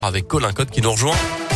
Avec Colin Cotte qui nous rejoint.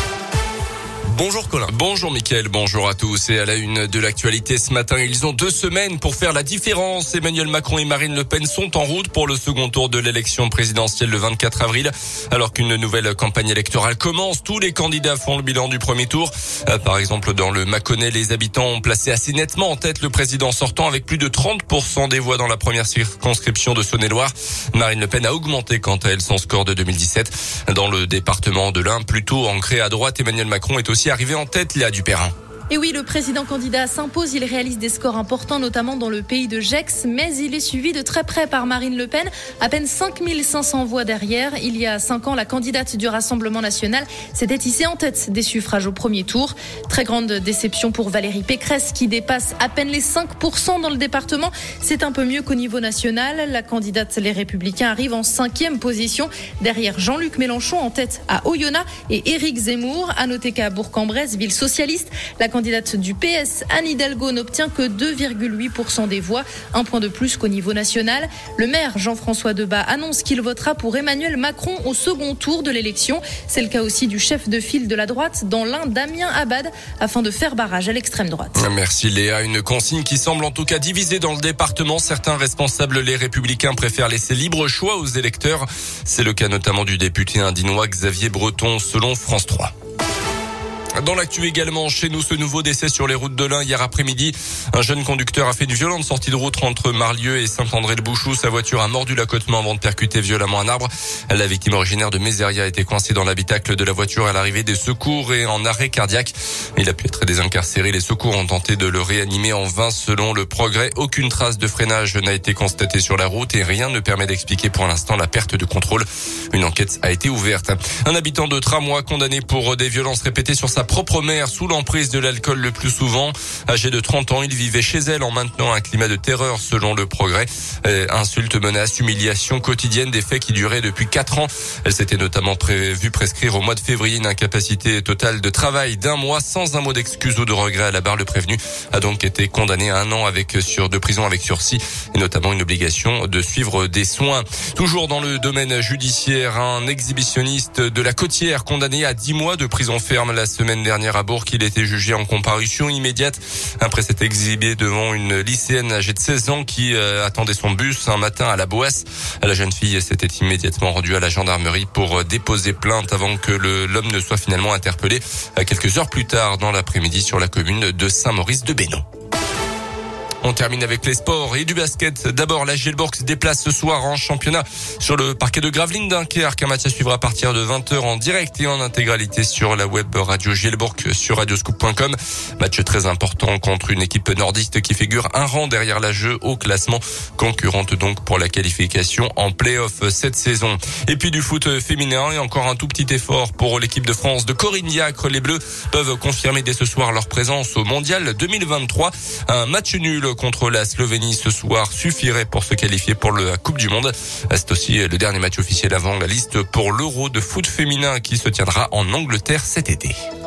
Bonjour Colin. Bonjour Mickaël, bonjour à tous. Et à la une de l'actualité ce matin, ils ont 2 semaines pour faire la différence. Emmanuel Macron et Marine Le Pen sont en route pour le second tour de l'élection présidentielle le 24 avril. Alors qu'une nouvelle campagne électorale commence, tous les candidats font le bilan du premier tour. Par exemple, dans le Mâconnais, les habitants ont placé assez nettement en tête le président sortant avec plus de 30% des voix dans la première circonscription de Saône-et-Loire. Marine Le Pen a augmenté quant à elle son score de 2017. Dans le département de l'Ain, plutôt ancré à droite, Emmanuel Macron est aussi arrivé en tête, Léa Dupérin. Et oui, le président candidat s'impose, il réalise des scores importants, notamment dans le pays de Gex, mais il est suivi de très près par Marine Le Pen, à peine 5500 voix derrière. Il y a 5 ans, la candidate du Rassemblement national s'était hissée en tête des suffrages au premier tour. Très grande déception pour Valérie Pécresse, qui dépasse à peine les 5% dans le département. C'est un peu mieux qu'au niveau national. La candidate Les Républicains arrive en 5e position, derrière Jean-Luc Mélenchon en tête à Oyonnax et Éric Zemmour. À noter qu'à Bourg-en-Bresse, ville socialiste, la candidate du PS, Anne Hidalgo, n'obtient que 2,8% des voix, un point de plus qu'au niveau national. Le maire Jean-François Debat annonce qu'il votera pour Emmanuel Macron au second tour de l'élection. C'est le cas aussi du chef de file de la droite dans l'Ain, Damien Abad, afin de faire barrage à l'extrême droite. Merci Léa. Une consigne qui semble en tout cas divisée dans le département. Certains responsables, les Républicains, préfèrent laisser libre choix aux électeurs. C'est le cas notamment du député indinois Xavier Breton, selon France 3. Dans l'actu également, chez nous, ce nouveau décès sur les routes de l'Ain hier après-midi. Un jeune conducteur a fait une violente sortie de route entre Marlieu et Saint-André-le-Bouchou. Sa voiture a mordu l'accotement avant de percuter violemment un arbre. La victime originaire de Mézeria a été coincée dans l'habitacle de la voiture à l'arrivée des secours et en arrêt cardiaque. Il a pu être désincarcéré. Les secours ont tenté de le réanimer en vain. Selon le Progrès, aucune trace de freinage n'a été constatée sur la route et rien ne permet d'expliquer pour l'instant la perte de contrôle. Une enquête a été ouverte. Un habitant de Tramois condamné pour des violences répétées sur sa propre mère sous l'emprise de l'alcool le plus souvent. Âgé de 30 ans, il vivait chez elle en maintenant un climat de terreur selon le Progrès. Insultes, menaces, humiliations quotidiennes, des faits qui duraient depuis 4 ans. Elle s'était notamment vue prescrire au mois de février une incapacité totale de travail d'1 mois sans un mot d'excuse ou de regret à la barre. Le prévenu a donc été condamné à 1 an de prison avec sursis et notamment une obligation de suivre des soins. Toujours dans le domaine judiciaire, un exhibitionniste de la Côtière condamné à 10 mois de prison ferme la semaine dernière à Bourg. Il était jugé en comparution immédiate après s'être exhibé devant une lycéenne âgée de 16 ans qui attendait son bus un matin à la Boisse. La jeune fille s'était immédiatement rendue à la gendarmerie pour déposer plainte avant que l'homme ne soit finalement interpellé quelques heures plus tard dans l'après-midi sur la commune de Saint-Maurice-de-Bénon. On termine avec les sports et du basket. D'abord, la Gielborg se déplace ce soir en championnat sur le parquet de Gravelines Dunkerque. Un match à suivre à partir de 20h en direct et en intégralité sur la web radio Gielborg sur radioscoop.com. Match très important contre une équipe nordiste qui figure un rang derrière la Jeu au classement, concurrente donc pour la qualification en play-off cette saison. Et puis du foot féminin et encore un tout petit effort pour l'équipe de France de Corinne Diacre. Les Bleus peuvent confirmer dès ce soir leur présence au Mondial 2023. Un match nul contre la Slovénie ce soir suffirait pour se qualifier pour la Coupe du Monde. C'est aussi le dernier match officiel avant la liste pour l'Euro de foot féminin qui se tiendra en Angleterre cet été.